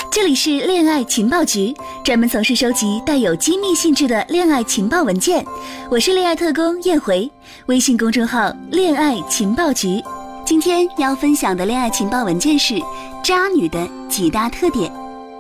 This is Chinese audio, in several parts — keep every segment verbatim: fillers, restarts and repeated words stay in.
这里是恋爱情报局，专门从事收集带有机密性质的恋爱情报文件。我是恋爱特工燕回，微信公众号恋爱情报局。今天要分享的恋爱情报文件是渣女的几大特点。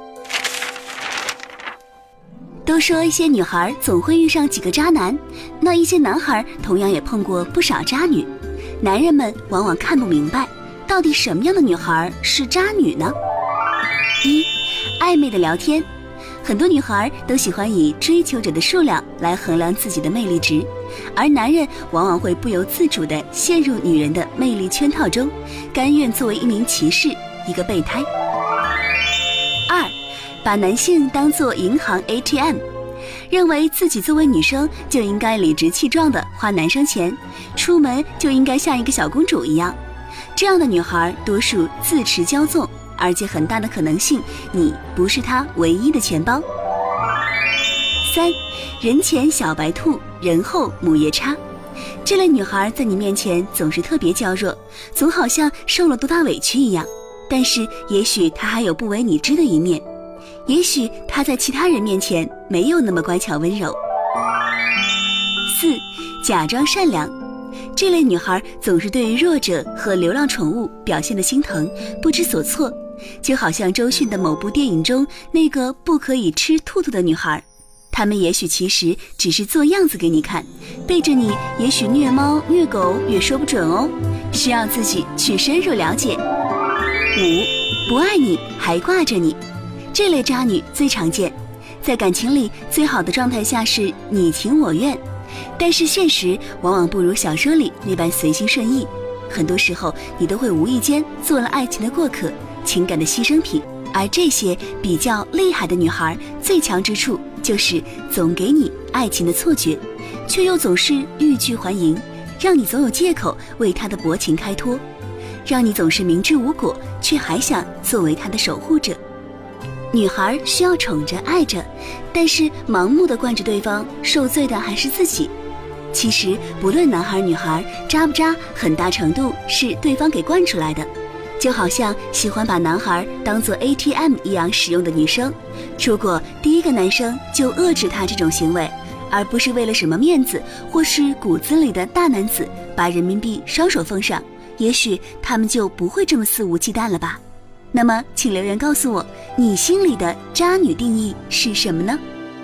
都说一些女孩总会遇上几个渣男，那一些男孩同样也碰过不少渣女。男人们往往看不明白，到底什么样的女孩是渣女呢？一、暧昧的聊天。很多女孩都喜欢以追求者的数量来衡量自己的魅力值，而男人往往会不由自主地陷入女人的魅力圈套中，甘愿作为一名骑士，一个备胎。二、把男性当作银行 A T M， 认为自己作为女生就应该理直气壮地花男生钱，出门就应该像一个小公主一样。这样的女孩多数自持骄纵，而且很大的可能性你不是她唯一的钱包。三、人前小白兔，人后母夜叉。这类女孩在你面前总是特别娇弱，总好像受了多大委屈一样，但是也许她还有不为你知的一面，也许她在其他人面前没有那么乖巧温柔。四、假装善良。这类女孩总是对于弱者和流浪宠物表现得心疼，不知所措，就好像周迅的某部电影中那个不可以吃兔兔的女孩。她们也许其实只是做样子给你看，背着你也许虐猫虐狗也说不准哦，需要自己去深入了解。五、不爱你还挂着你。这类渣女最常见，在感情里最好的状态下是你情我愿，但是现实往往不如小说里那般随心顺意，很多时候你都会无意间做了爱情的过客，情感的牺牲品。而这些比较厉害的女孩最强之处就是总给你爱情的错觉，却又总是欲拒还迎，让你总有借口为她的薄情开脱，让你总是明知无果却还想作为她的守护者。女孩需要宠着爱着，但是盲目的惯着对方，受罪的还是自己。其实不论男孩女孩，渣不渣很大程度是对方给惯出来的。就好像喜欢把男孩当作 A T M 一样使用的女生，如果第一个男生就遏制他这种行为，而不是为了什么面子或是骨子里的大男子把人民币双手奉上，也许他们就不会这么肆无忌惮了吧。那么请留言告诉我，你心里的渣女定义是什么呢？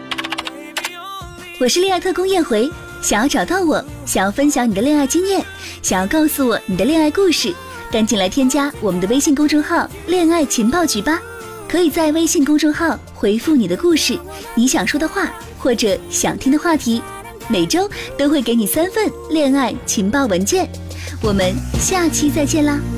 我是恋爱特工燕回，想要找到我，想要分享你的恋爱经验，想要告诉我你的恋爱故事，赶紧来添加我们的微信公众号恋爱情报局吧。可以在微信公众号回复你的故事，你想说的话或者想听的话题，每周都会给你三份恋爱情报文件。我们下期再见啦。